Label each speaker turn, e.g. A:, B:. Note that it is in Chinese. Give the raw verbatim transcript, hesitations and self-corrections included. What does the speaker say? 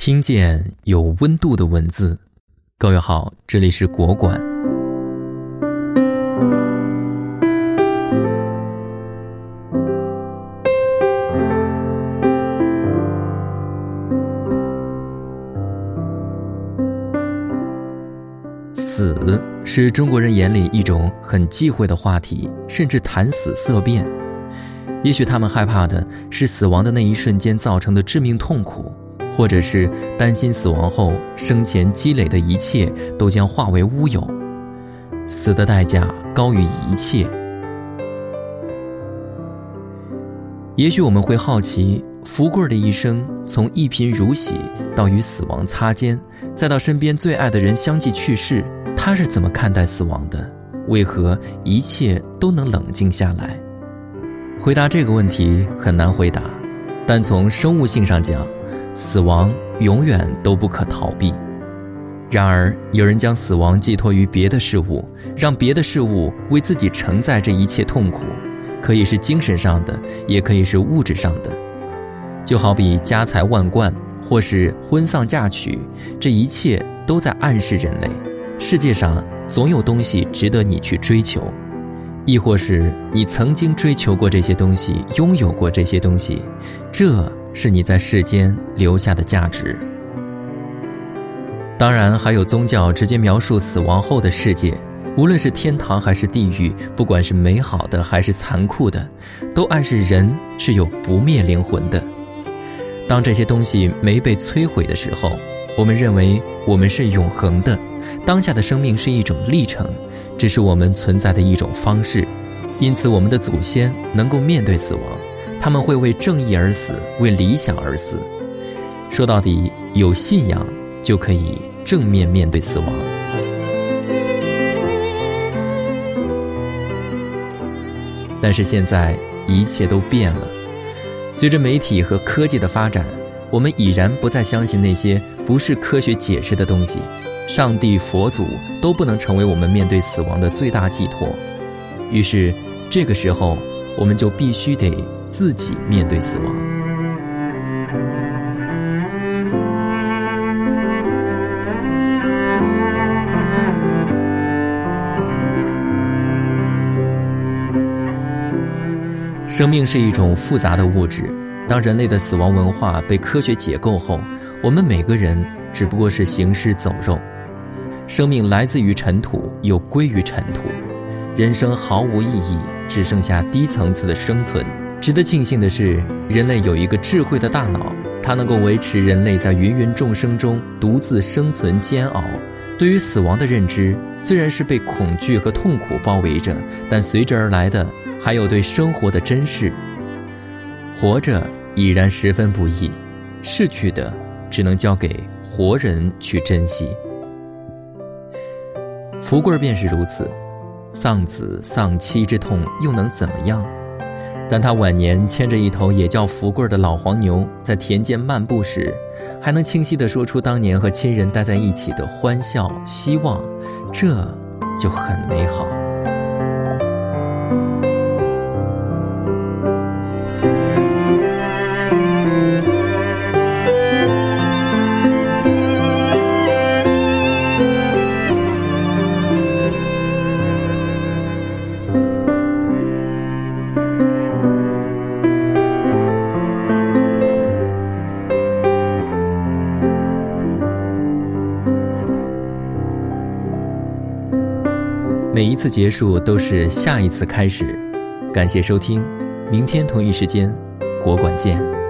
A: 听见有温度的文字。各位好，这里是国馆。死是中国人眼里一种很忌讳的话题，甚至谈死色变。也许他们害怕的是死亡的那一瞬间造成的致命痛苦，或者是担心死亡后生前积累的一切都将化为乌有，死的代价高于一切。也许我们会好奇，福贵的一生从一贫如洗到与死亡擦肩，再到身边最爱的人相继去世，他是怎么看待死亡的？为何一切都能冷静下来？回答这个问题很难回答，但从生物性上讲，死亡永远都不可逃避。然而有人将死亡寄托于别的事物，让别的事物为自己承载这一切痛苦，可以是精神上的，也可以是物质上的。就好比家财万贯，或是婚丧嫁娶，这一切都在暗示人类，世界上总有东西值得你去追求，亦或是你曾经追求过这些东西，拥有过这些东西，这是你在世间留下的价值。当然还有宗教直接描述死亡后的世界，无论是天堂还是地狱，不管是美好的还是残酷的，都暗示人是有不灭灵魂的。当这些东西没被摧毁的时候，我们认为我们是永恒的，当下的生命是一种历程，只是我们存在的一种方式。因此我们的祖先能够面对死亡，他们会为正义而死，为理想而死。说到底，有信仰就可以正面面对死亡。但是现在一切都变了，随着媒体和科技的发展，我们已然不再相信那些不是科学解释的东西，上帝、佛祖都不能成为我们面对死亡的最大寄托。于是这个时候我们就必须得自己面对死亡。生命是一种复杂的物质，当人类的死亡文化被科学解构后，我们每个人只不过是行尸走肉。生命来自于尘土，又归于尘土，人生毫无意义，只剩下低层次的生存。值得庆幸的是，人类有一个智慧的大脑，它能够维持人类在芸芸众生中独自生存煎熬。对于死亡的认知，虽然是被恐惧和痛苦包围着，但随之而来的还有对生活的珍视。活着已然十分不易，逝去的只能交给活人去珍惜。福贵便是如此，丧子丧妻之痛又能怎么样？当他晚年牵着一头也叫福贵的老黄牛在田间漫步时，还能清晰地说出当年和亲人待在一起的欢笑希望，这就很美好。每一次结束都是下一次开始。感谢收听，明天同一时间，国馆见。